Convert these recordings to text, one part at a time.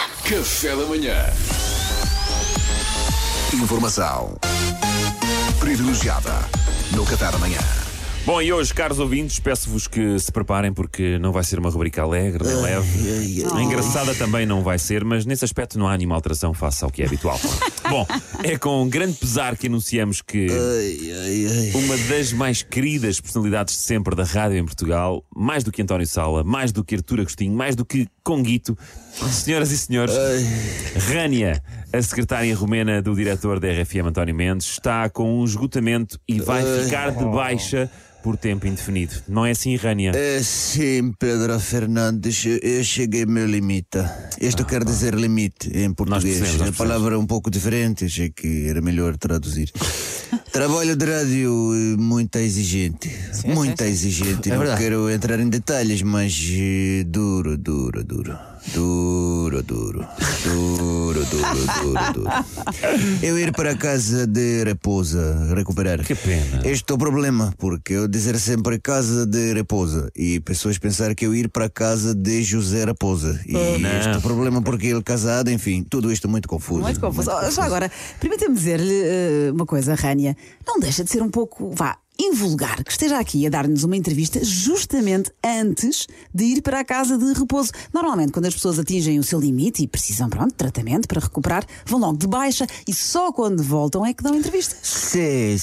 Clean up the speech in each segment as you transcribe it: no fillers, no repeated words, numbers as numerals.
Café da manhã. Informação privilegiada no Café da manhã. Bom, e hoje, caros ouvintes, peço-vos que se preparem porque não vai ser uma rubrica alegre, nem leve. Engraçada também não vai ser, mas nesse aspecto não há nenhuma alteração face ao que é habitual. Bom, é com grande pesar que anunciamos que uma das mais queridas personalidades de sempre da rádio em Portugal, mais do que António Sala, mais do que Artur Agostinho, mais do que Conguito, senhoras e senhores, Rania, a secretária romena do diretor da RFM, António Mendes, está com um esgotamento e vai ficar de baixa por tempo indefinido. Não é assim, Rania? Sim, Pedro Fernandes, eu cheguei ao meu limite. Isto quer dizer limite em português. Nós A palavra é um pouco diferente, achei que era melhor traduzir. Trabalho de rádio muito exigente. Muito exigente. Não quero entrar em detalhes, mas duro. Eu ir para a casa de repouso, recuperar. Que pena. Este é o problema, porque eu dizer sempre casa de repouso e pessoas pensar que eu ir para a casa de José Raposa. E este é o problema porque ele casado, enfim, tudo isto é muito confuso. Muito confuso. Já agora, permita-me dizer-lhe uma coisa, Rania. Não deixa de ser um pouco, invulgar que esteja aqui a dar-nos uma entrevista justamente antes de ir para a casa de repouso. Normalmente, quando as pessoas atingem o seu limite e precisam, de tratamento para recuperar, vão logo de baixa e só quando voltam é que dão entrevistas. Sim,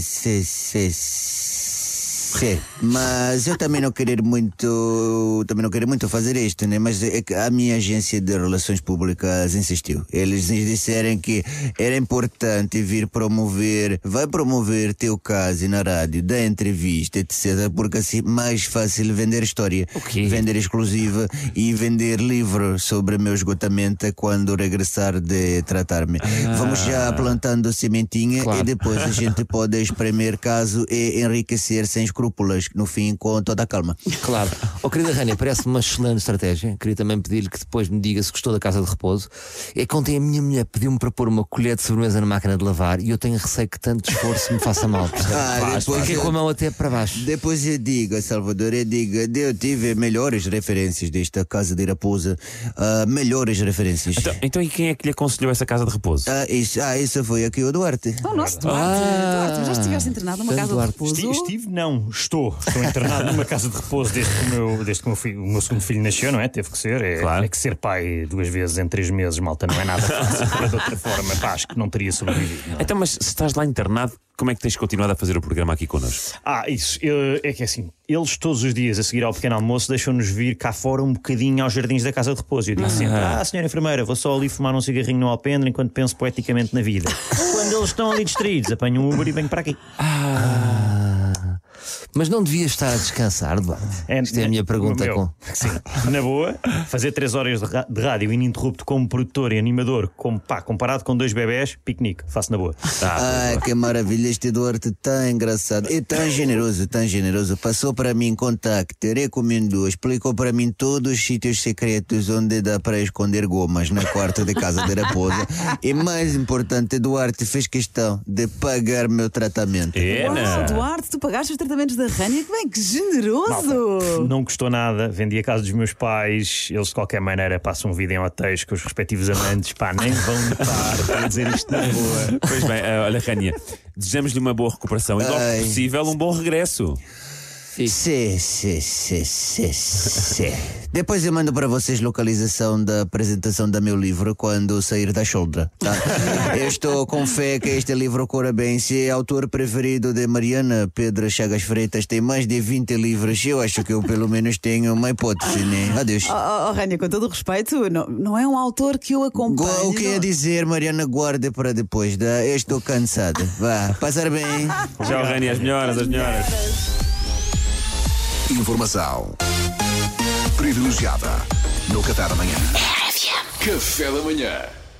mas eu também não quero muito fazer isto, né? Mas é que a minha agência de relações públicas insistiu. Eles disseram que era importante vai promover teu caso na rádio, dar entrevista, etc. Porque assim mais fácil vender história, vender exclusiva e vender livro sobre meu esgotamento quando regressar de tratar-me. Vamos já plantando sementinha e depois a gente pode espremer caso e enriquecer sem escrúpulos, no fim, com toda a calma. Claro. Querida Rania, parece uma excelente estratégia. Queria também pedir-lhe que depois me diga se gostou da casa de repouso. É que ontem a minha mulher pediu-me para pôr uma colher de sobremesa na máquina de lavar e eu tenho receio que tanto esforço me faça mal. Fiquei com a mão até para baixo. Depois eu digo, Salvador, eu tive melhores referências desta casa de repouso. Melhores referências. Então e quem é que lhe aconselhou essa casa de repouso? Isso foi aqui o Duarte. O nosso Duarte. Já estiveste internado numa casa de repouso? Estou internado numa casa de repouso desde que o meu segundo filho nasceu, não é? Teve que ser. É que ser pai 2 vezes em 3 meses, malta, não é nada fácil. De outra forma, acho que não teria sobrevivido. Não é? Então, mas se estás lá internado, como é que tens continuado a fazer o programa aqui connosco? Isso. É que assim, eles todos os dias a seguir ao pequeno almoço deixam-nos vir cá fora um bocadinho aos jardins da casa de repouso. Eu digo sempre, senhora enfermeira, vou só ali fumar um cigarrinho no alpendre enquanto penso poeticamente na vida. Quando eles estão ali distraídos, apanho um Uber e venho para aqui. Mas não devia estar a descansar, Duarte? Esta é a minha pergunta. Sim, na boa, fazer 3 horas de rádio ininterrupto como produtor e animador, comparado com 2 bebés, piquenique, faço na boa. Que maravilha, este Duarte tão engraçado e tão generoso. Passou para mim contacto, recomendou, explicou para mim todos os sítios secretos onde dá para esconder gomas no quarto de casa de repouso. E mais importante, Duarte fez questão de pagar meu tratamento. Duarte, tu pagaste os tratamentos da Rania? Que generoso! Malta, não custou nada, vendi a casa dos meus pais, eles de qualquer maneira passam vida em hotéis com os respectivos amantes, nem vão notar para dizer isto na boa. Pois bem, olha, Rania, desejamos-lhe uma boa recuperação e, logo que possível, um bom regresso. Sim. Depois eu mando para vocês localização da apresentação do meu livro quando sair da shoulder, tá? Eu estou com fé que este livro corra bem. Se é autor preferido de Mariana Pedro Chagas Freitas, tem mais de 20 livros. Eu acho que eu pelo menos tenho uma hipótese, né? Adeus. Rania, com todo o respeito, não é um autor que eu acompanho. O que é dizer, Mariana, guarde para depois, tá? Eu estou cansado. Vá, passar bem. Tchau, Rania, as melhoras. Informação privilegiada no Café da manhã. Café da manhã.